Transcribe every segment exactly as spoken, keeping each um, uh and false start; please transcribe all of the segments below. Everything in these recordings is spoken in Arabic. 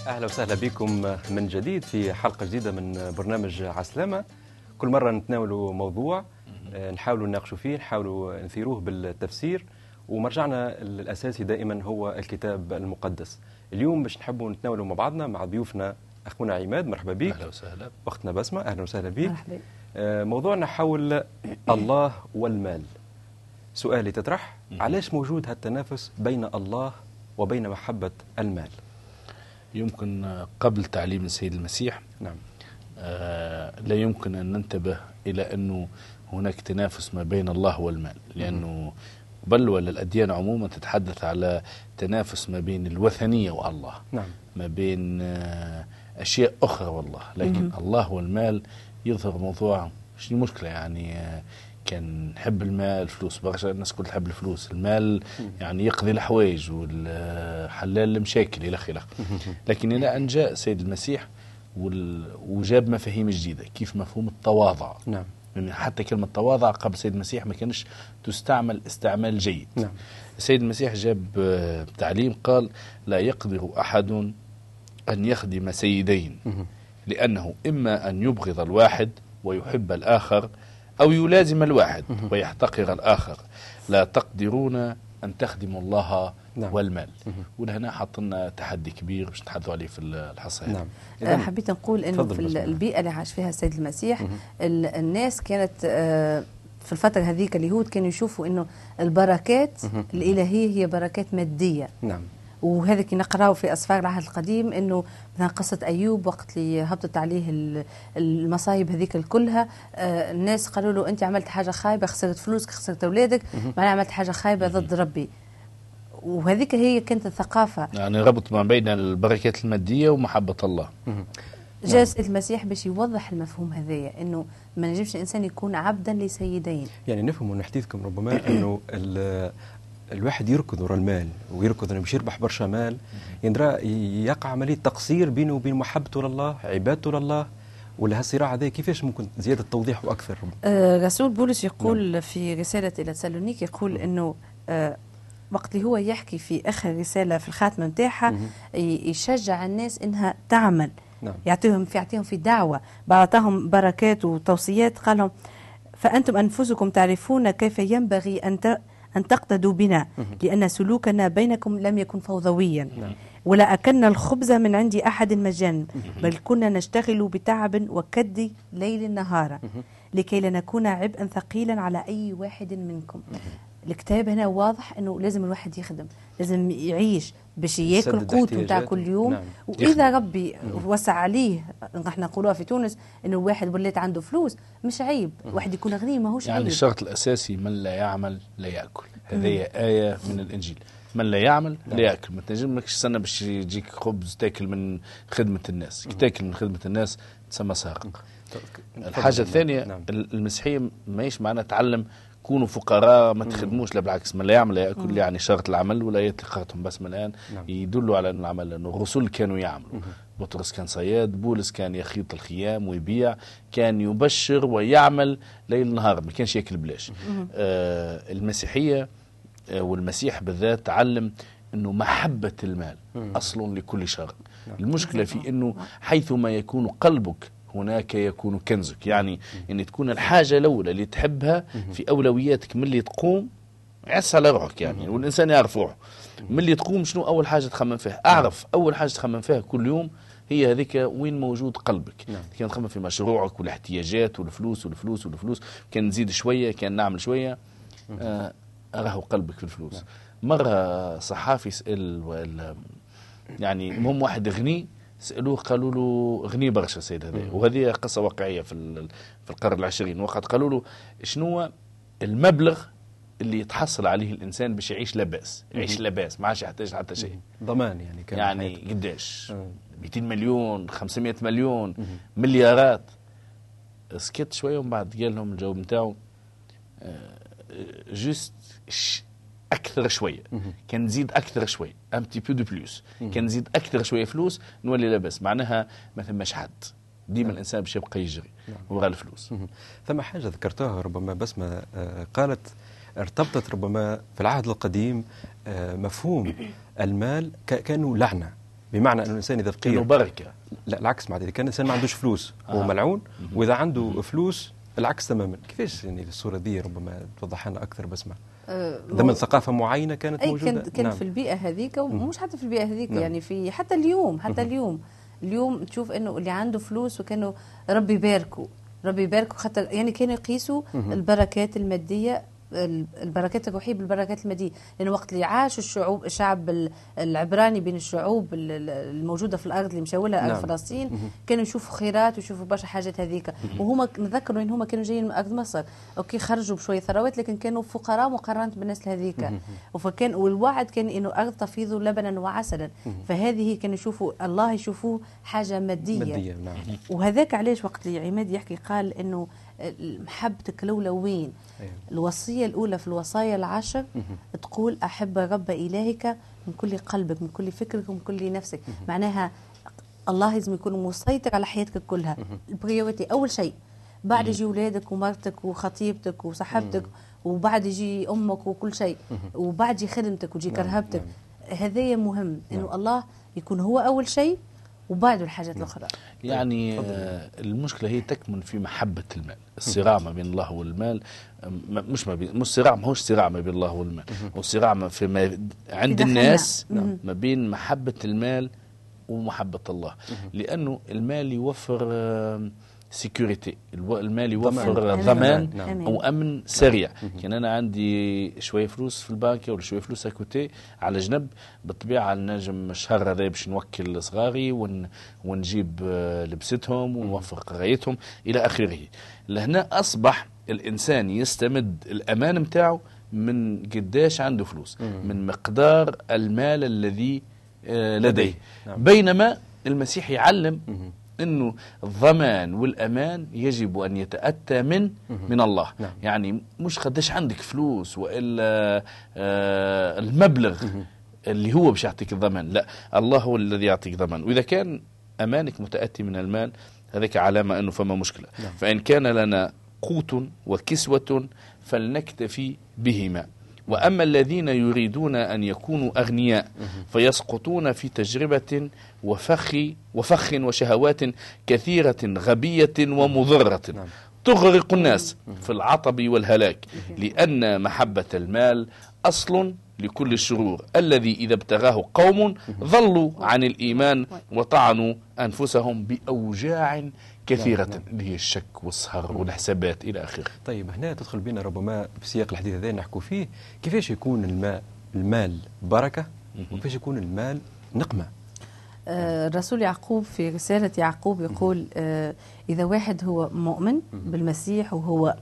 أهلا وسهلا بكم من جديد في حلقة جديدة من برنامج عسلامة. كل مرة نتناولوا موضوع نحاولوا نناقشوا فيه، نحاولوا نثيروه بالتفسير، ومرجعنا الأساسي دائما هو الكتاب المقدس. اليوم باش نحبوا نتناولوا مع بعضنا مع ضيوفنا أخونا عماد، مرحبا بك. أهلا وسهلا. أختنا بسمة، أهلا وسهلا بك. مرحبا. موضوعنا حول الله والمال. سؤالي تطرح: علاش موجود هالتنافس بين الله وبين محبة المال؟ يمكن قبل تعليم السيد المسيح نعم آه لا يمكن أن ننتبه إلى أنه هناك تنافس ما بين الله والمال، لأنه بل ولا الأديان عموما تتحدث على تنافس ما بين الوثنية والله. نعم. ما بين آه أشياء أخرى والله، لكن مم. الله والمال يظهر موضوع شنو المشكلة يعني آه كان نحب المال، فلوس برشا الناس كل تحب الفلوس، المال يعني يقضي الحوائج والحلال المشاكل الى اخره. لكن الى ان جاء السيد المسيح وجاب مفاهيم جديده، كيف مفهوم التواضع. نعم. يعني حتى كلمه تواضع قبل السيد المسيح ما كانش تستعمل استعمال جيد. نعم. السيد المسيح جاب تعليم قال: لا يقدر احد ان يخدم سيدين، لانه اما ان يبغض الواحد ويحب الاخر، أو يلازم الواحد ويحتقر الآخر. لا تقدرون أن تخدموا الله نعم. والمال. ولهنا حطنا تحدي كبير باش نتحدثوا عليه في الحصة هذه. نعم. حبيت نقول أنه في البيئة اللي عاش فيها السيد المسيح الناس كانت في الفترة هذيك اليهود كانوا يشوفوا أنه البركات الإلهية هي بركات مادية. نعم. وهذا كي نقراه في أسفار العهد القديم انه مثلا قصه ايوب وقت اللي هبطت عليه المصايب هذيك كلها، آه الناس قالوا له انت عملت حاجه خايبه، خسرت فلوسك، خسرت اولادك، معناها عملت حاجه خايبه ضد ربي. وهذيك هي كانت الثقافه، يعني ربط ما بين البركات الماديه ومحبه الله. جاء السيد المسيح باش يوضح المفهوم هذايا، انه ما نجمش الانسان يكون عبدا لسيدين. يعني نفهم من حديثكم ربما انه الواحد يركض وراء المال ويركض انه باش يربح برشا مال، يندرى يقع عمليه تقصير بينه وبين محبته لله، عبادته لله. ولا هالصراع هذا كيفاش ممكن زياده توضيح واكثر؟ آه رسول بولس يقول نعم. في رساله الى تسالونيك يقول انه آه وقت اللي هو يحكي في اخر رساله في الخاتمه نتاعها يشجع الناس انها تعمل. نعم. يعطيهم في يعطيهم في دعوه، بعطاهم بركات وتوصيات، قال لهم: فانتم انفسكم تعرفون كيف ينبغي ان أن تقتدوا بنا، لأن سلوكنا بينكم لم يكن فوضويا، ولا أكلنا الخبز من عند أحد مجانا، بل كنا نشتغل بتعب وكد ليل نهارا، لكي لا نكون عبئا ثقيلا على أي واحد منكم. الكتاب هنا واضح أنه لازم الواحد يخدم، لازم يعيش باش ياكل قوته نتاع كل يوم. نعم. وإذا ربي وسع عليه، احنا نقولوها في تونس انه الواحد ولات عنده فلوس، مش عيب واحد يكون غني، ماهوش يعني عيب. الشرط الأساسي: من لا يعمل لا يأكل. هذه آية من الإنجيل. من لا يعمل لا يأكل. ما تنجمش تستنى باش يجيك خبز تاكل من خدمة الناس. كي تاكل من خدمة الناس تسمى سارق. الحاجة الثانية: نعم. المسيحية ماهيش معناها تعلم كونوا فقراء ما تخدموش، لا بالعكس، من لا يعمل لا يأكل. يعني شرط العمل ولا يتلقاتهم بس من الآن. نعم. يدلوا على أن العمل، لأنه الرسل كانوا يعملوا. بطرس كان صياد، بولس كان يخيط الخيام ويبيع، كان يبشر ويعمل ليل نهار، ما كانش يأكل بلاش. آه المسيحية آه والمسيح بالذات تعلم أنه محبة المال أصل لكل شر. نعم. المشكلة في أنه حيثما يكون قلبك هناك يكون كنزك. يعني ان تكون الحاجه الاولى اللي تحبها في اولوياتك من اللي تقوم، عس على روحك يعني. والانسان يعرف روحه من اللي تقوم شنو اول حاجه تخمم فيها. اعرف اول حاجه تخمم فيها كل يوم هي هذيك وين موجود قلبك. كان تخمم في مشروعك والاحتياجات والفلوس والفلوس والفلوس، كان نزيد شويه، كان نعمل شويه، آه راهو قلبك في الفلوس. مره صحافي يسال يعني المهم واحد غني، سألوه قالوا له غني برشا سيد هذا، وهذه قصة واقعية في في القرن العشرين. وقت قالوا له شنو المبلغ اللي يتحصل عليه الإنسان باش يعيش لاباس، يعيش لاباس ما عادش يحتاج حتى شيء، ضمان يعني كان يعني قداش؟ مئتين مليون، خمسمائة مليون، مليارات. سكت شوية ومن بعد قال لهم الجواب نتاعو: جست اكثر شويه، كان نزيد اكثر شويه، ان بتي بو دو بلوس، كان نزيد اكثر شويه فلوس نولي لاباس. معناها ما ثماش حد، ديما نعم. الانسان باش يبقى يجري وراء الفلوس. ثم حاجه ذكرتها ربما بسمة، قالت ارتبطت ربما في العهد القديم مفهوم المال كانه لعنه، بمعنى أن الإنسان إذا فقير بركة. لا العكس، معناتها إذا كان الإنسان ما عندوش فلوس آه. هو ملعون، وإذا عنده فلوس العكس تماما. كيفاش يعني الصورة دي ربما توضح لنا أكثر بسمع أه ضمن ثقافة معينة كانت أي موجودة؟ كانت كان نعم. في البيئة هذيك، ومش حتى في البيئة هذيك، نعم. يعني في حتى اليوم حتى اليوم اليوم تشوف انه اللي عنده فلوس وكانوا ربي يباركوا ربي يباركوا خاطر يعني كانوا يقيسوا البركات المادية، البركات الروحيه بالبركات الماديه، لان وقت اللي عاش الشعوب الشعب العبراني بين الشعوب الموجوده في الارض اللي مشاولها ارض نعم. فلسطين كانوا يشوفوا خيرات ويشوفوا برشا حاجات هذيك، وهما نذكروا ان هما كانوا جايين من ارض مصر، اوكي خرجوا بشويه ثروات لكن كانوا فقراء مقارنه بالناس هذيك، وفكان والوعد كان انه ارض تفيض لبنا وعسلا، فهذه كانوا يشوفوا الله يشوفوه حاجه ماديه, مادية نعم. وهذاك علاش وقت اللي عماد يحكي قال انه محبتك الاولى وين؟ أيوة. الوصيه الاولى في الوصايا العشر تقول احب رب الهك من كل قلبك من كل فكرك ومن كل نفسك، معناها الله لازم يكون مسيطر على حياتك كلها، البريوريتي اول شيء، بعد يجي اولادك ومرتك وخطيبتك وصاحبتك، وبعد يجي امك وكل شيء، وبعد يجي خدمتك ويجي كرهبتك، هذايا مهم انه الله يكون هو اول شيء وبعده الحاجات الأخرى. يعني آه المشكلة هي تكمن في محبة المال، الصراع ما بين الله والمال، مش ما بين مش صراع ما هوش صراع ما بين الله والمال، هو صراع في ما عند الناس ما بين محبة المال ومحبة الله، لأنه المال يوفر آه سيكوريتي، المال يوفر ضمان نعم. او امن سريع. كان انا عندي شويه فلوس في البنك ولا شويه فلوس اكوتي على جنب، بالطبيعه نجم الشهر هذا باش نوكل صغاري ون ونجيب لبستهم ونوفر قرايتهم الى اخره. لهنا اصبح الانسان يستمد الامان نتاعو من قداش عنده فلوس، من مقدار المال الذي لديه، بينما المسيح يعلم انه الضمان والامان يجب ان يتاتى من من الله. نعم. يعني مش قداش عندك فلوس والا آه المبلغ اللي هو باش يعطيك الضمان، لا الله هو الذي يعطيك ضمان، واذا كان امانك متاتي من المال هذيك علامه انه فما مشكله. نعم. فان كان لنا قوت وكسوه فلنكتفي بهما، وأما الذين يريدون أن يكونوا أغنياء فيسقطون في تجربة وفخ وفخ وشهوات كثيرة غبية ومضرة تغرق الناس في العطب والهلاك، لأن محبة المال أصل لكل الشرور الذي إذا ابتغاه قوم ضلوا عن الإيمان وطعنوا أنفسهم بأوجاع كثيرة اللي هي الشك والسهر والحسابات إلى آخره. طيب هنا تدخل بنا ربما في سياق الحديث هذا نحكوا فيه كيفاش يكون الماء المال بركة وكيفاش يكون المال نقمة. آه الرسول يعقوب في رسالة يعقوب يقول آه إذا واحد هو مؤمن بالمسيح وهو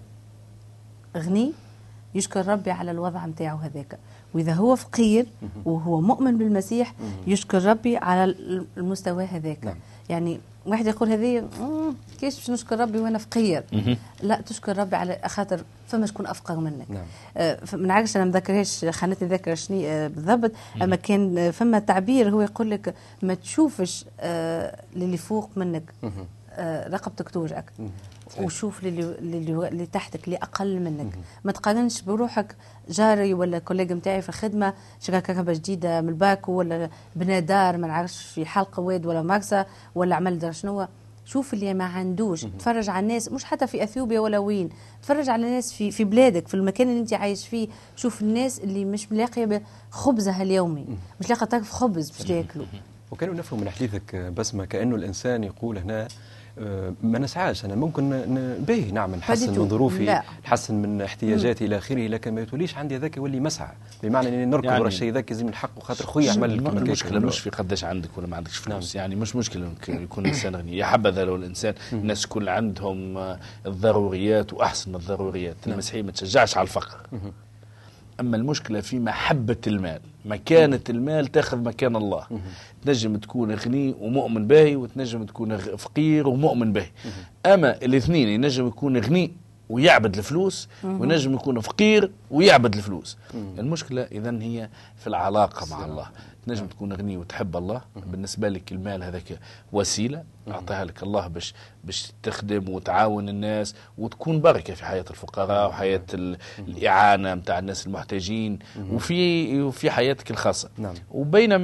غني يشكر ربي على الوضع متاعه هذاك، وإذا هو فقير وهو مؤمن بالمسيح يشكر ربي على المستوى هذاك. نعم. يعني واحد يقول هذه كيف باش نشكر ربي وانا فقير؟ لا، تشكر ربي على خاطر فما شكون افقر منك. نعم. آه ما نعرفش انا ما نذكرهاش خانتني ذاكره شنو آه بالضبط، اما كان فما تعبير هو يقول لك ما تشوفش آه للي فوق منك آه رقبتك توجعك، وشوف للي اللي, اللي تحتك اللي اقل منك. ما تقارنش بروحك جاري ولا كوليج نتاعي في الخدمه شرا كهرباء جديده من الباكو ولا بنى دار ما نعرفش في حلقه واد ولا مرسى ولا عمل دار شنو، شوف اللي ما عندوش. تفرج على الناس مش حتى في اثيوبيا ولا وين، تفرج على الناس في في بلادك في المكان اللي انت عايش فيه، شوف الناس اللي مش ملاقيه خبزها اليومي، مش لاقيه طرف خبز باش تاكلوا. وكانوا نفهم من حديثك بسمه كانه الانسان يقول هنا ما نسعاش انا ممكن باهي نعم نحسن من ظروفي نحسن من احتياجاتي الى اخره، لكن ما يتوليش عندي هذاك يولي مسعى، بمعنى اني نركض يعني ورا الشيء ذاك لازم نحقه خاطر خويا عمل. المشكله مش في قداش عندك ولا ما عندكش فلوس. نعم. يعني مش مشكله يكون الانسان غني، يا حبذا لو الانسان الناس كل عندهم الضروريات واحسن الضروريات. المسيحيه ما تشجعش على الفقر، أما المشكلة في محبة المال، مكانة المال تأخذ مكان الله. تنجم تكون غني ومؤمن به، وتنجم تكون فقير ومؤمن به. أما الاثنين ينجم يكون غني ويعبد الفلوس، وينجم يكون فقير ويعبد الفلوس. المشكلة إذن هي في العلاقة مع الله. تنجم تكون غني وتحب الله، بالنسبة لك المال هذاك وسيلة أعطاها لك الله باش باش تخدم وتعاون الناس وتكون بركة في حياة الفقراء وحياة الإعانة متاع الناس المحتاجين وفي وفي حياتك الخاصة. نعم. وبينما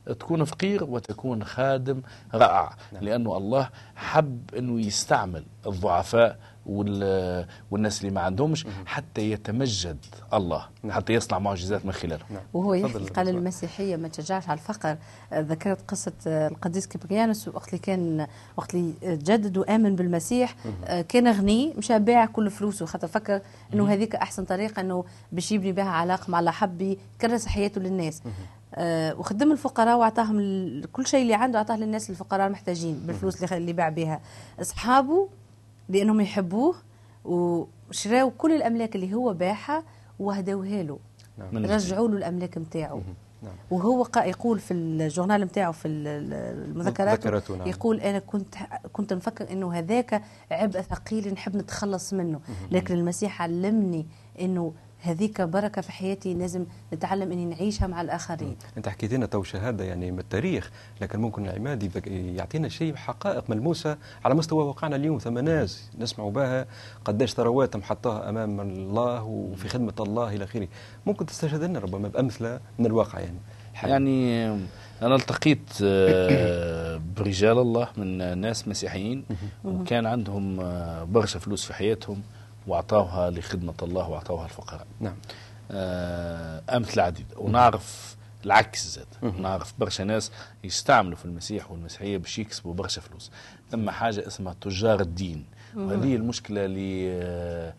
تكون فقير وتكون خادم رائع. نعم. لأنه الله حب أنه يستعمل الضعفاء والناس اللي ما عندهمش حتى يتمجد الله. نعم. حتى يصنع معجزات من خلالهم. نعم. وهو يحكي قال المسيحية ما تشجعش على الفقر. ذكرت قصة القديس كبريانوس وقت اللي كان وقت اللي جدد وآمن بالمسيح كان غني مشى باع كل فلوسه خاطر فكر أنه هذيك أحسن طريقة أنه باش يبني بها علاقة مع الله، حب يكرس حياته للناس. آه وخدم الفقراء واعطاهم كل شيء اللي عنده، اعطاه للناس الفقراء المحتاجين بالفلوس اللي باع بها. اصحابه لانهم يحبوه وشراوا كل الاملاك اللي هو باعها وهدوها له. نعم. رجعوا له الاملاك نتاعو. نعم. وهو يقول في الجورنال نتاعو في المذكرات نعم. يقول انا كنت كنت نفكر انه هذاك عبء ثقيل نحب نتخلص منه، لكن المسيح علمني انه هذيك بركة في حياتي لازم نتعلم اني نعيشها مع الاخرين. انت حكيت لنا تو شهاده يعني من التاريخ، لكن ممكن عماد يعطينا شيء حقائق ملموسه على مستوى واقعنا اليوم. ثم ناس نسمعوا بها قداش ثرواتهم حطوها امام الله وفي خدمه الله الى اخره. ممكن تستشهد لنا ربما بامثله من الواقع يعني حاجة. يعني انا التقيت برجال الله من ناس مسيحيين وكان عندهم برشا فلوس في حياتهم وأعطاوها لخدمة الله وأعطاوها الفقراء. نعم. أمثلة عديدة. ونعرف العكس زاد. نعرف برشا ناس يستعملوا في المسيح والمسيحية باش يكسبوا برشا فلوس. ثم حاجة اسمها تجار الدين، وهذه المشكلة اللي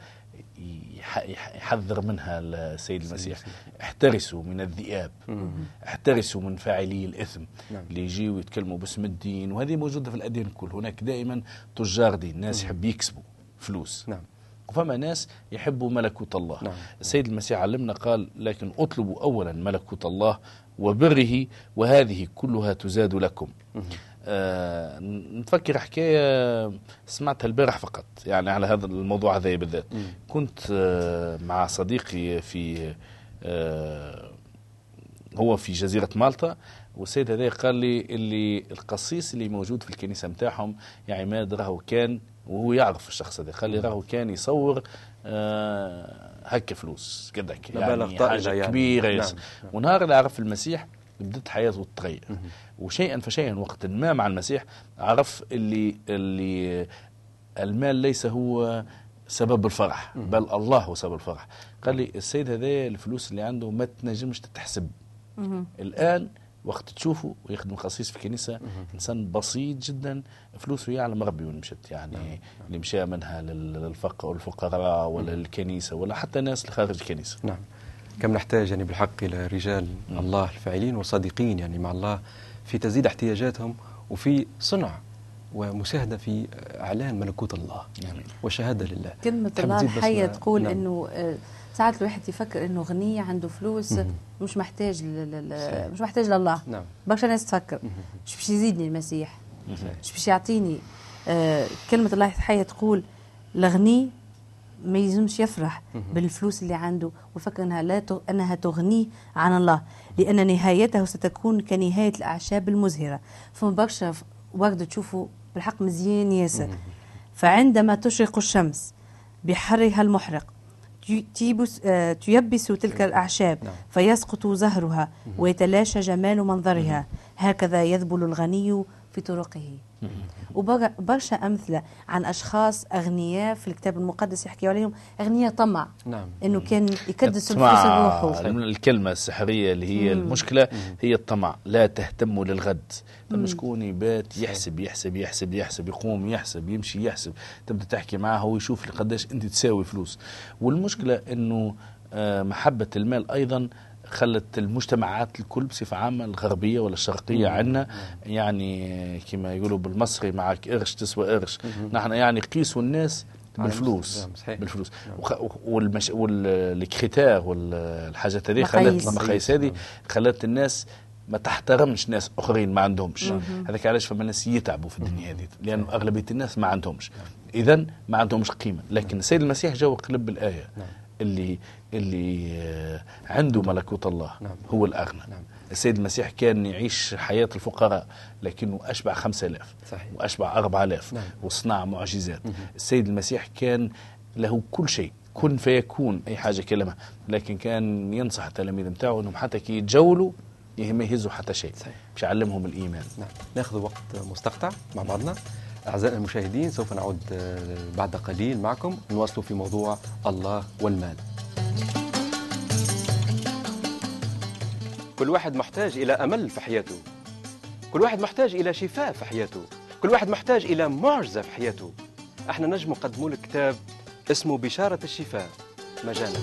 يحذر منها السيد المسيح. احترسوا من الذئاب، احترسوا من فاعلي الإثم. نعم. اللي يجيوا يتكلموا باسم الدين، وهذه موجودة في الأديان الكل. هناك دائما تجار دين، ناس يحب يكسبوا فلوس. نعم. وفما ناس يحبوا ملكوت الله. نعم. السيد المسيح علمنا قال لكن اطلبوا أولا ملكوت الله وبره وهذه كلها تزاد لكم. آه نتفكر حكاية سمعتها البارح فقط يعني على هذا الموضوع هذا بالذات. كنت آه مع صديقي في آه هو في جزيرة مالطا، والسيد هذا قال لي اللي القسيس اللي موجود في الكنيسة متاعهم يا عماد راهو كان، وهو يعرف الشخص هذا، قال لي راهو كان يصور آه هكا فلوس كذاك يعني حاجة يعني كبيرة. نعم. نعم. ونهار اللي عرف المسيح بدت حياته تتغير. وشيئا فشيئا وقت ما مع المسيح عرف اللي اللي المال ليس هو سبب الفرح بل الله هو سبب الفرح. قال لي السيد هذا الفلوس اللي عنده ما تنجمش تتحسب. الآن وقت تشوفه ويخدم خصيص في كنيسة إنسان بسيط جدا، فلوسه يعلم ربي وين مشت يعني. نعم. اللي مشى منها للفقراء والفقراء ولا للكنيسة ولا حتى الناس اللي خارج الكنيسة. نعم. كم نحتاج يعني بالحق إلى رجال م. الله الفاعلين والصادقين يعني مع الله في تزيد احتياجاتهم وفي صنع ومساهدة في إعلان ملكوت الله. نعم. والشهادة لله. كلمة الله الحية تقول نعم. إنه ساعات الواحد يفكر إنه غني عنده فلوس م. مش محتاج لل... مش محتاج لله. نعم. برشا ناس تفكر مش باش يزيدني المسيح، مش باش يعطيني. آه كلمة الله الحية تقول الغني ما يلزمش يفرح بالفلوس اللي عنده وفكر انها لا ت... انها تغنيه عن الله، لان نهايته ستكون كنهايه الاعشاب المزهره. فما برشا وقت تشوفوا بالحق مزيان ياسر، فعندما تشرق الشمس بحرها المحرق تيبس... آه... تيبس تلك الاعشاب فيسقط زهرها ويتلاشى جمال منظرها، هكذا يذبل الغني في طرقه. وبرشا أمثلة عن أشخاص أغنياء في الكتاب المقدس يحكي عليهم أغنياء طمع. نعم. إنه كان يكدس الفلوس روحه. الكلمة السحرية اللي هي مم. المشكلة هي الطمع. لا تهتموا للغد. لما شكون يبات يحسب يحسب يحسب يحسب يقوم يحسب يمشي يحسب، تبدأ تحكي معه هو يشوف قداش أنت تساوي فلوس. والمشكلة إنه محبة المال أيضا خلت المجتمعات الكل بصفة عامة الغربية ولا الشرقية عندنا يعني كما يقولوا بالمصري معك قرش تسوى قرش. نحن يعني قيسوا الناس بالفلوس بالفلوس والمش... والكريتير والحاجات هذه خلت المقاييس هذه خلت الناس ما تحترمش ناس اخرين ما عندهمش. هذاك علاش فما ناس يتعبوا في الدنيا هذه لأن أغلبية الناس ما عندهمش، إذن ما عندهمش قيمة. لكن السيد المسيح جاء وقلب بالآية اللي اللي عنده ملكوت الله هو الأغنى. السيد المسيح كان يعيش حياة الفقراء لكنه أشبع خمسة آلاف وأشبع أربعة آلاف وصنع معجزات. السيد المسيح كان له كل شيء، كن فيكون أي حاجة كلمة، لكن كان ينصح التلاميذ متاعه أنهم حتى كي يتجولوا ما يهزوا حتى شيء، باش يعلمهم الإيمان. نعم. ناخذ وقت مستقطع مع بعضنا. أعزائنا المشاهدين، سوف نعود بعد قليل معكم نواصلوا في موضوع الله والمال. كل واحد محتاج إلى أمل في حياته، كل واحد محتاج إلى شفاء في حياته، كل واحد محتاج إلى معجزة في حياته. احنا نجم نقدموا لك كتاب اسمه بشارة الشفاء مجانا.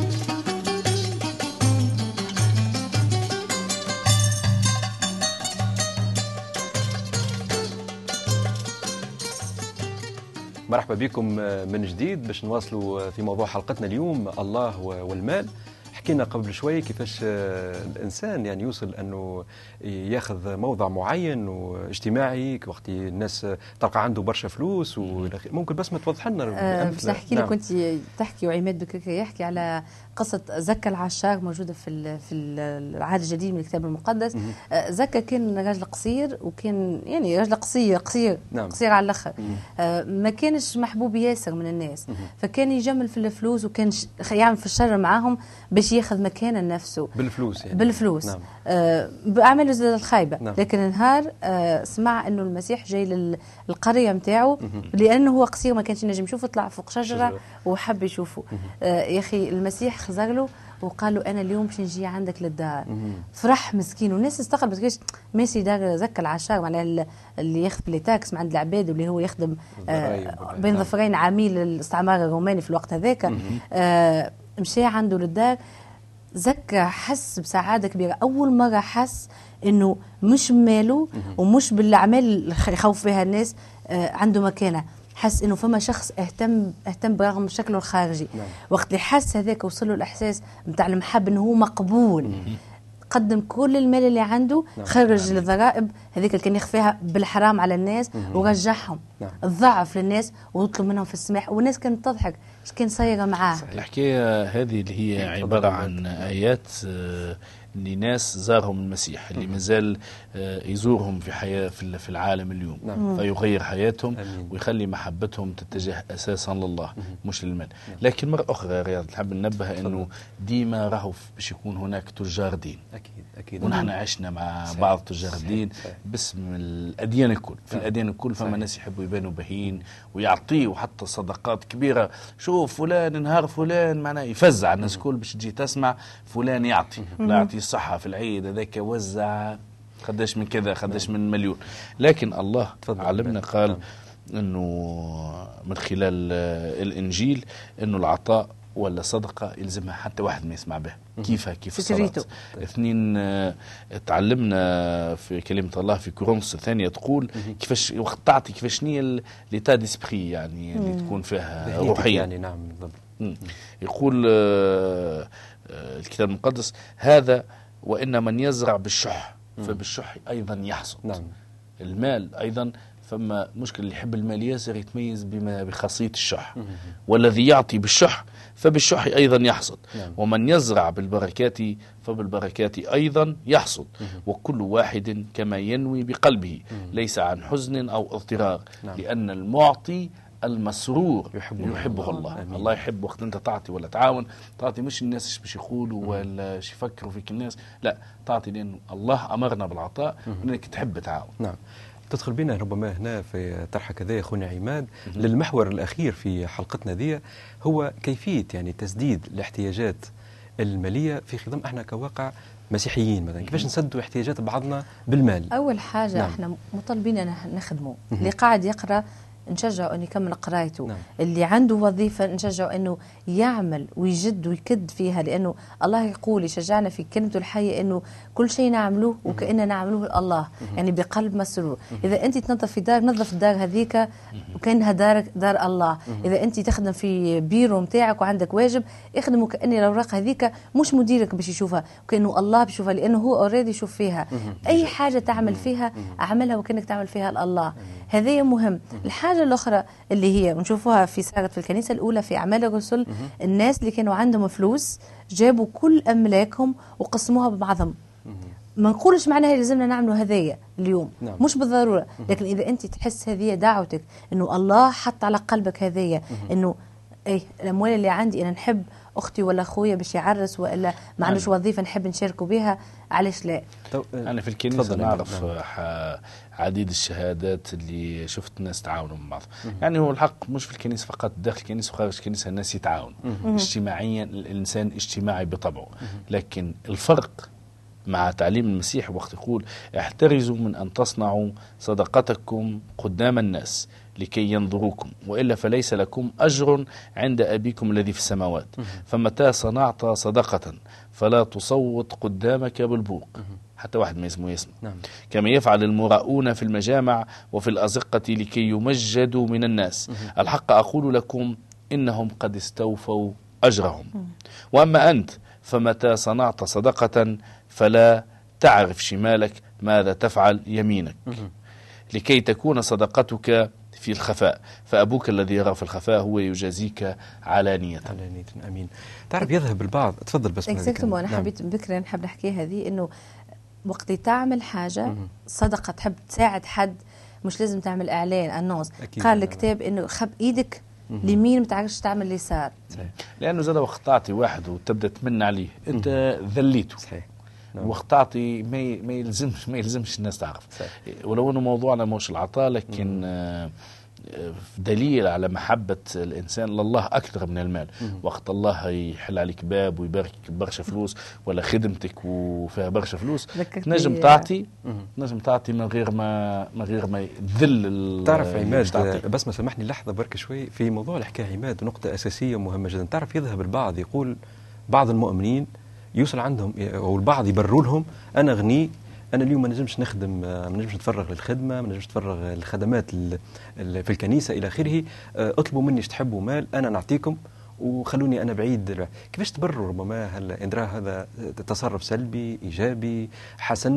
مرحبا بكم من جديد باش نواصلوا في موضوع حلقتنا اليوم الله والمال. حكينا قبل شوي كيفاش الانسان يعني يوصل انه ياخذ موضع معين واجتماعي وقت الناس تلقى عنده برشا فلوس. وممكن بس ما توضح لنا أه باش نحكي لك. كنت تحكي وعماد بكرك يحكي على قصه زكا العشار موجوده في في العهد الجديد من الكتاب المقدس. أه زكا كان راجل قصير، وكان يعني راجل قصير قصير نعم. قصير على الاخر. أه ما كانش محبوب ياسر من الناس، فكان يجمل في الفلوس وكان يعمل في الشر معاهم باش ياخذ مكان نفسه بالفلوس يعني. بالفلوس نعم. آه باعماله زاد الخايبه نعم. لكن نهار آه سمع انه المسيح جاي للقريه نتاعو، لانه هو قصير ما كانش ينجم يشوفه، طلع فوق شجره وحب يشوفه. آه يا اخي المسيح خزر له وقال له انا اليوم باش نجي عندك للدار. فرح مسكين، والناس استغربت كيفاش ماشي دار زكا العشار، معناها اللي ياخذ بلي تاكس من عند العباد واللي هو يخدم آه بين ظفرين عميل الاستعمار الروماني في الوقت هذاك. آه مشى عنده للدار. زكا حس بسعادة كبيرة، أول مرة حس إنه مش بماله ومش بالأعمال اللي يخوف بها الناس آه عنده مكانة. حس إنه فما شخص اهتم اهتم برغم شكله الخارجي. نعم. وقت اللي حس هذاك وصل له الإحساس بتاع المحبة إنه هو مقبول، قدم كل المال اللي عنده. نعم. خرج الضرائب هذيك اللي كان يخفيها بالحرام على الناس ورجعهم. نعم. الضعف للناس ويطلب منهم في السماح، والناس كانت تضحك ايش كان صايره معاه. الحكايه هذه اللي هي عباره عن ايات لناس زارهم المسيح اللي مازال يزورهم في حياه في العالم اليوم. نعم. فيغير حياتهم ويخلي محبتهم تتجه اساسا لله مش للمال. لكن مره اخرى رياض نحب ننبه انه ديما راهو باش يكون هناك تجار دين. اكيد اكيد. ونحن عشنا مع صحيح. بعض تجار الدين باسم الاديان الكل. في الاديان الكل فما ناس يحبوا يبانوا بهين ويعطيوا حتى صدقات كبيره. شوف فلان نهار فلان معناه يفزع الناس الكل باش تجي تسمع فلان يعطي لا يعطي الصحه في العيد هذاك وزع قداش من كذا قداش من مليون. لكن الله علمنا قال انه من خلال الانجيل انه العطاء ولا صدقه يلزمها حتى واحد ما يسمع به. كيفها كيف الصلاة. اثنين تعلمنا في كلمه الله في كورنثوس الثانيه تقول كيفاش وقت تعطي كيفاش نيه ليتا ديسبري يعني اللي تكون فيها روحيه يعني. نعم بالضبط. يقول الكتاب المقدس هذا وان من يزرع بالشح فبالشح ايضا يحصد. نعم. المال ايضا فما مشكل اللي يحب المال ياسر يتميز بما بخاصيه الشح، والذي يعطي بالشح فبالشح أيضا يحصد. نعم. ومن يزرع بالبركات فبالبركات أيضا يحصد. وكل واحد كما ينوي بقلبه ليس عن حزن أو اضطرار. نعم. لأن المعطي المسرور يحبه, يحبه الله. الله. الله يحب وقت أنت تعطي ولا تعاون، تعطي مش الناس ايش باش يقولوا ولا ايش يفكروا فيك الناس، لا تعطي لأنه الله أمرنا بالعطاء وأنك تحب تعاون. نعم. تدخل بنا ربما هنا في طرح كذا يا أخونا عماد للمحور الأخير في حلقتنا ذي، هو كيفية يعني تسديد الاحتياجات المالية في خدمة احنا كواقع مسيحيين مثلا. كيفاش نسدوا احتياجات بعضنا بالمال؟ أول حاجة نعم. احنا مطالبين نخدمه. اللي قاعد يقرأ نشجعه أن يكمل قرايته. نعم. اللي عنده وظيفة نشجعه أنه يعمل ويجد ويكد فيها، لأنه الله يقول يشجعنا في كلمته الحية أنه كل شيء نعمله وكأننا نعمله الله، يعني بقلب مسرور. إذا أنت تنظف في دار نظف الدار هذيك وكأنها دار دار الله. إذا أنت تخدم في بيرو متاعك وعندك واجب اخدمه كأن الأوراق هذيك مش مديرك باش يشوفها، وكأنه الله بيشوفها، لأنه هو أوريدي يشوف فيها. أي حاجة تعمل فيها أعملها وكأنك تعمل فيها الله. هذا مهم. الحاجة الأخرى اللي هي نشوفوها في صارت في الكنيسة الأولى في أعمال الرسل، الناس اللي كانوا عندهم فلوس جابوا كل أملاكهم وقسموها ببعضهم. ما نقولش معناها لازمنا نعملوا هذايا اليوم. نعم. مش بالضرورة، لكن إذا أنت تحس هذه دعوتك إنه الله حط على قلبك هذايا إنه اي الاموال اللي عندي انا نحب اختي ولا اخويا باش يعرس ولا ما عندوش وظيفه نحب نشاركوا بها، علاش لا؟ انا في الكنيسه نعرف عديد الشهادات اللي شفت الناس تعاونوا مع بعض. يعني هو الحق مش في الكنيسه فقط، داخل الكنيسه وخارج الكنيسه الناس يتعاونوا اجتماعيا، الانسان اجتماعي بطبعه. لكن الفرق مع تعليم المسيح وقت يقول احترزوا من أن تصنعوا صدقتكم قدام الناس لكي ينظروكم وإلا فليس لكم أجر عند أبيكم الذي في السماوات. فمتى صنعت صدقة فلا تصوت قدامك بالبوق حتى واحد ما اسمه يسمع. نعم. كما يفعل المراؤون في المجامع وفي الأزقة لكي يمجدوا من الناس. الحق أقول لكم إنهم قد استوفوا أجرهم. وأما أنت فمتى صنعت صدقة فلا تعرف شمالك ماذا تفعل يمينك لكي تكون صدقتك في الخفاء فأبوك الذي يرى في الخفاء هو يجازيك علانية. علانية. أمين. تعرف يذهب البعض. تفضل بس. اكزاكتومون. أنا حبيت بكرة نحب نحكي هذه إنه وقت تعمل حاجة صدقة تحب تساعد حد مش لازم تعمل إعلان أنونس. قال الكتاب إنه خب إيدك اليمين ما تعرفش تعمل اليسار. لأنه زاد وقت تعطي واحد وتبدأ تمن عليه أنت ذليته. صحيح. وقت تعطي ما ما يلزمش ما يلزمش الناس تعرف. صحيح. ولو انه موضوعنا مش العطاء لكن آه دليل على محبة الإنسان لله أكثر من المال. مم. وقت الله يحل عليك باب ويبارك برشا فلوس ولا خدمتك وفيها برشا فلوس نجم تعطي نجم تعطي من غير ما من غير ما يذل. تعرف عماد بس ما سامحني لحظة برك شوي في موضوع اللي حكاه عماد نقطة أساسية مهمة جدا. تعرف يذهب البعض يقول بعض المؤمنين يوصل عندهم والبعض يبروا لهم أنا غني أنا اليوم ما نجمش نخدم ما نجمش نتفرغ للخدمة ما نجمش نتفرغ للخدمات في الكنيسة إلى آخره. اطلبوا مني تحبوا مال أنا نعطيكم وخلوني أنا بعيد. كيفاش تبرر ربما هل إندرا هذا تصرف سلبي إيجابي حسن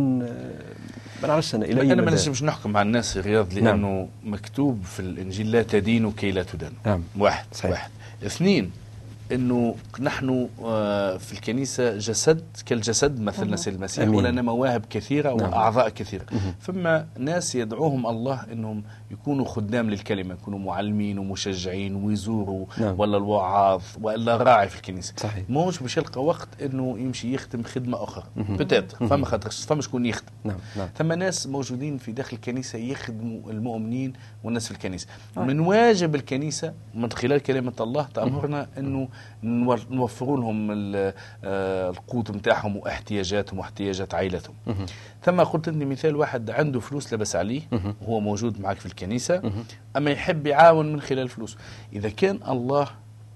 ما نعرفش أنا إلى أي أنا ما نجمش نحكم على الناس رياض لأنه نعم. مكتوب في الإنجيل لا تدينوا كي لا تدانوا. نعم. واحد. صحيح. واحد اثنين انه نحن في الكنيسه جسد كالجسد مثلنا سيد المسيح ولنا مواهب كثيره. نعم. واعضاء كثيره. فما ناس يدعوهم الله انهم يكونوا خدام للكلمه يكونوا معلمين ومشجعين ويزوروا. نعم. ولا الوعاظ ولا راعي في الكنيسه. صحيح. موش باش يلقى وقت انه يمشي يخدم خدمه اخرى بتات فما خاطرش فما شكون يخدم. نعم. نعم. ثم ناس موجودين في داخل الكنيسه يخدموا المؤمنين والناس في الكنيسه. نعم. من واجب الكنيسه من خلال كلمه الله تامرنا انه نوفروا لهم القوت نتاعهم واحتياجاتهم واحتياجات عائلتهم. ثم قلت لي مثال واحد عنده فلوس لبس عليه وهو موجود معك في الكنيسة أما يحب يعاون من خلال فلوس. إذا كان الله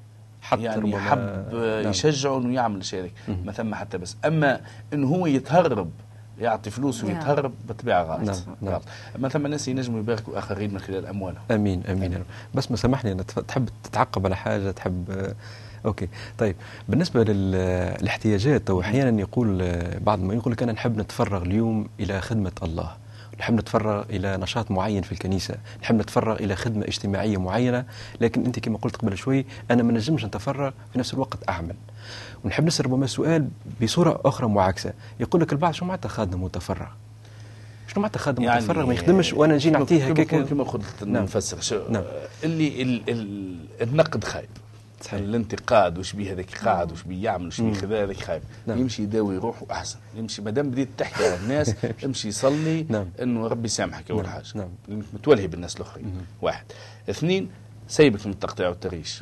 يعني يحب يشجعه أنه يعمل شيء ما ثم حتى بس. أما أنه هو يتهرب يعطي فلوس ويتهرب بطبيعة غلط. نعم. نعم. أما ثم الناس ينجموا يباركوا آخرين من خلال أموالهم. أمين أمين. أمين. بس ما سامحني أنا تحب تتعقب على حاجة تحب. أوكي طيب بالنسبة للاحتياجات أو أحيانا يقول بعض ما يقول لك أنا نحب نتفرغ اليوم إلى خدمة الله نحب نتفرغ إلى نشاط معين في الكنيسة نحب نتفرغ إلى خدمة اجتماعية معينة لكن أنت كما قلت قبل شوي أنا ما نجمش نتفرغ في نفس الوقت أعمل. ونحب نسأل ربما سؤال بصورة أخرى معاكسة يقول لك البعض شو معناتها خادم متفرغ شنو معناتها خادم يعني متفرغ ما يخدمش وأنا نجي نعطيه هكاك كما قلت نفسر. نعم. اللي ال ال النقد خايب. صحيح. الانتقاد وش بيه هذاك قاعد وش بيه يعمل وش بيه خذا هذاك خايب. نعم. يمشي يداوي روحه احسن يمشي ما دام بديت تحكي على الناس امشي يصلي. نعم. انه ربي يسامحك اول حاجه. نعم. لانك متولهي بالناس الاخرين. واحد اثنين سيبك من التقطيع والتريش.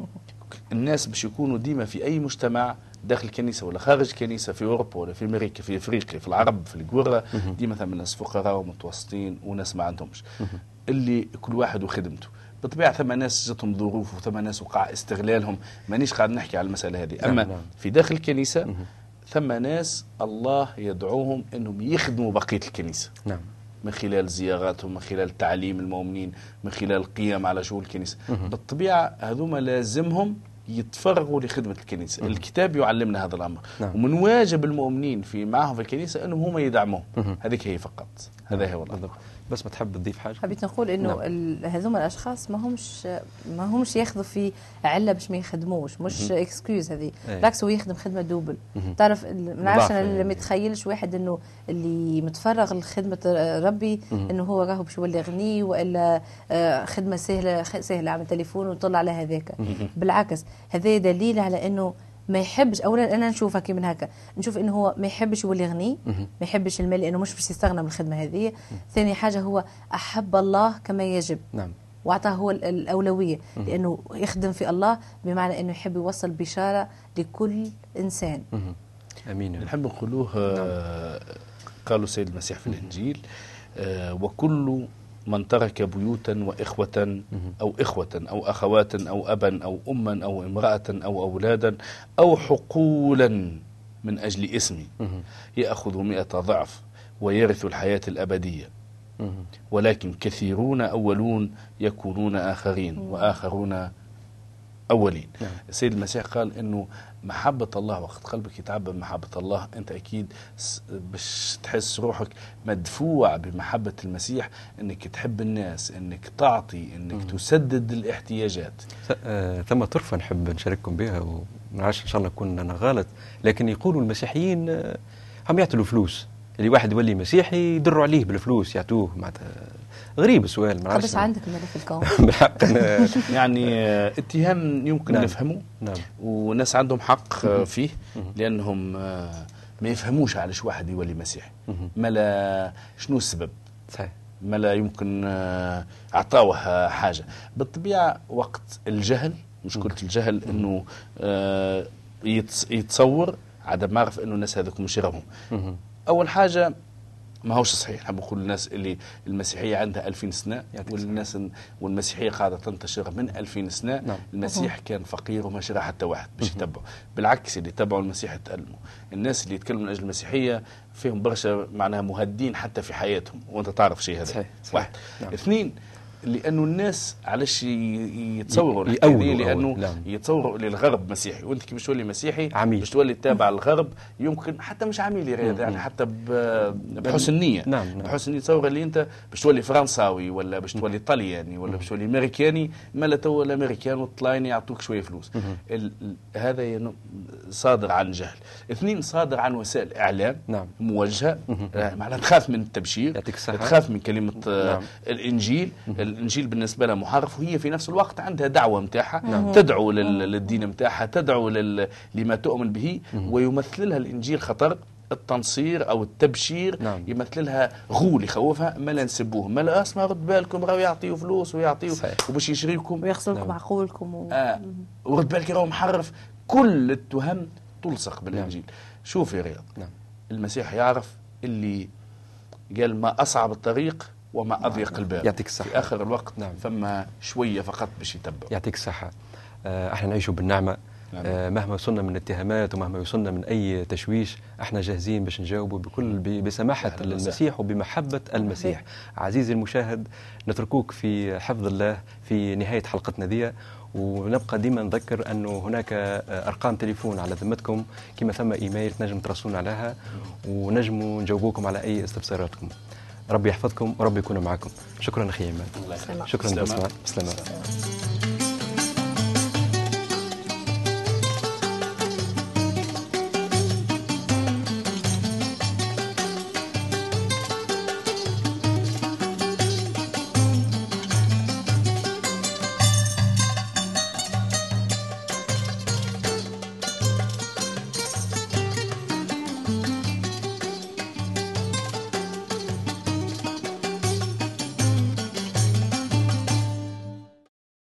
الناس باش يكونوا ديما في اي مجتمع داخل الكنيسه ولا خارج الكنيسه في اوروبا ولا في امريكا في افريقيا في العرب في القوره ديما ثم ناس فقراء ومتوسطين وناس ما عندهمش اللي كل واحد وخدمته. بالطبيعة ثم ناس جتهم ظروف وثم ناس وقع استغلالهم مانيش قاعد نحكي على المسألة هذه. أما نعم. في داخل الكنيسة ثم ناس الله يدعوهم أنهم يخدموا بقية الكنيسة. نعم. من خلال زياراتهم من خلال تعليم المؤمنين من خلال القيام على شؤون الكنيسة. بالطبيعة هذوما لازمهم يتفرغوا لخدمة الكنيسة. مم. الكتاب يعلمنا هذا الأمر. نعم. ومن واجب المؤمنين في معهم في الكنيسة أنهم هم يدعموه. هذيك هي فقط. هذا هو الأمر. بس ما تحب تضيف حاجه؟ حبيت نقول انه نعم. هذوما الاشخاص ما همش ما همش ياخذوا في عله باش ما يخدموش، مش اكسكيوز هذه، بالعكس هو يخدم خدمه دوبل. تعرف ما عرفش انا ما يتخيلش واحد انه اللي متفرغ لخدمه ربي انه هو راهو باش يولي غني والا خدمه سهله سهله عمل تليفون وطلع على هذاك. بالعكس هذا دليل على انه ما يحبش. اولا انا نشوفها كي من هكا، نشوف انه هو ما يحبش يولي غني، ما يحبش المال لانه مش باش يستغنى من الخدمه هذه. ثاني حاجه هو احب الله كما يجب، نعم، واعطاه هو الاولويه لانه يخدم في الله، بمعنى انه يحب يوصل بشاره لكل انسان. امين. نحب نقولوه آه قالوا السيد المسيح في الانجيل آه وكل من ترك بيوتا وإخوة أو إخوة أو أخوات أو أبا أو أما أو امرأة أو أولادا أو حقولا من أجل اسمي يأخذ مئة ضعف ويرث الحياة الأبدية. ولكن كثيرون أولون يكونون آخرين وآخرون أولين. السيد المسيح قال إنه محبة الله وقت قلبك يتعبى بمحبة الله أنت أكيد باش تحس روحك مدفوع بمحبة المسيح، أنك تحب الناس، أنك تعطي، أنك مم. تسدد الاحتياجات. آه ثم طرفة نحب نشارككم بها ونعرفش إن شاء الله نكون أنا غلط، لكن يقولوا المسيحيين آه هم يعطوا فلوس، اللي واحد يولي مسيحي يدروا عليه بالفلوس يعطوه. معناتها غريب السؤال، ما بس عندك ملف الكون بالحق يعني اتهام يمكن نعم. نفهمه، نعم. والناس عندهم حق فيه لأنهم ما يفهموش علاش واحد يولي مسيحي، ما لا شنو السبب، صحيح، ما لا يمكن أعطاوه حاجة. بالطبيعة وقت الجهل، مشكلة الجهل أنه يتصور عدم معرفة أنه الناس هذوك مش راهم. أول حاجة ما هوش صحيح. نحب نقول للناس اللي المسيحية عندها ألفين سنة والناس والمسيحية قاعدة تنتشر من ألفين سنة. نعم. المسيح كان فقير وما شرى حتى واحد باش يتبعه، بالعكس اللي تبعوا المسيح تألموا. الناس اللي يتكلموا من أجل المسيحية فيهم برشا معناها مهدين حتى في حياتهم، وأنت تعرف شيء هذا. صحيح. واحد. نعم. اثنين، لأنه الناس علاش يتصوروا لأنه نعم. يتصوروا للغرب مسيحي، وأنت كي باش تولي مسيحي عميل. باش تولي تتابع الغرب، يمكن حتى مش عميل يعني حتى بحسن نية. نعم. نعم. بحسن نية تصور اللي أنت باش تولي فرنساوي ولا باش تولي طلياني ولا باش تولي أمريكاني، ما لا تو الأمريكان والطلايني يعطوك شوية فلوس. هذا صادر عن جهل. اثنين، صادر عن وسائل إعلام نعم. موجهة، معناها تخاف من التبشير، تخاف من كلمة نعم. الإنجيل. الإنجيل بالنسبة لها محرف، وهي في نفس الوقت عندها دعوة متاعها، نعم. تدعو للدين متاعها، تدعو لما تؤمن به، ويمثل لها الإنجيل خطر التنصير أو التبشير. نعم. يمثل لها غول يخوفها، ما لا نسبوه، ما لا اسمع رد بالكم راهو يعطيوا فلوس ويعطيوا وباش يشريكم ويغسلوا لكم عقولكم و... آه. ورد بالك راهو محرف. كل التهم تلصق بالإنجيل. نعم. شوف يا رياض، نعم. المسيح يعرف اللي قال ما أصعب الطريق وما أضيق الباب. يعطيك الصحة. في آخر الوقت نعم. فما شوية فقط باش يتبع. يعطيك الصحة. آه احنا نعيشوا بالنعمة. نعم. آه مهما وصلنا من اتهامات ومهما وصلنا من أي تشويش، احنا جاهزين باش نجاوبوا بكل بسماحة المسيح وبمحبة المسيح. عزيزي المشاهد، نتركوك في حفظ الله في نهاية حلقتنا ذي، ونبقى ديما نذكر أنه هناك أرقام تليفون على ذمتكم، كما ثم إيميل تنجم تراسلون عليها ونجموا نجاوبوكم على أي استفساراتكم. ربي يحفظكم وربي يكون معكم. شكرا أخي عماد. شكرا. شكرا. بسلامة.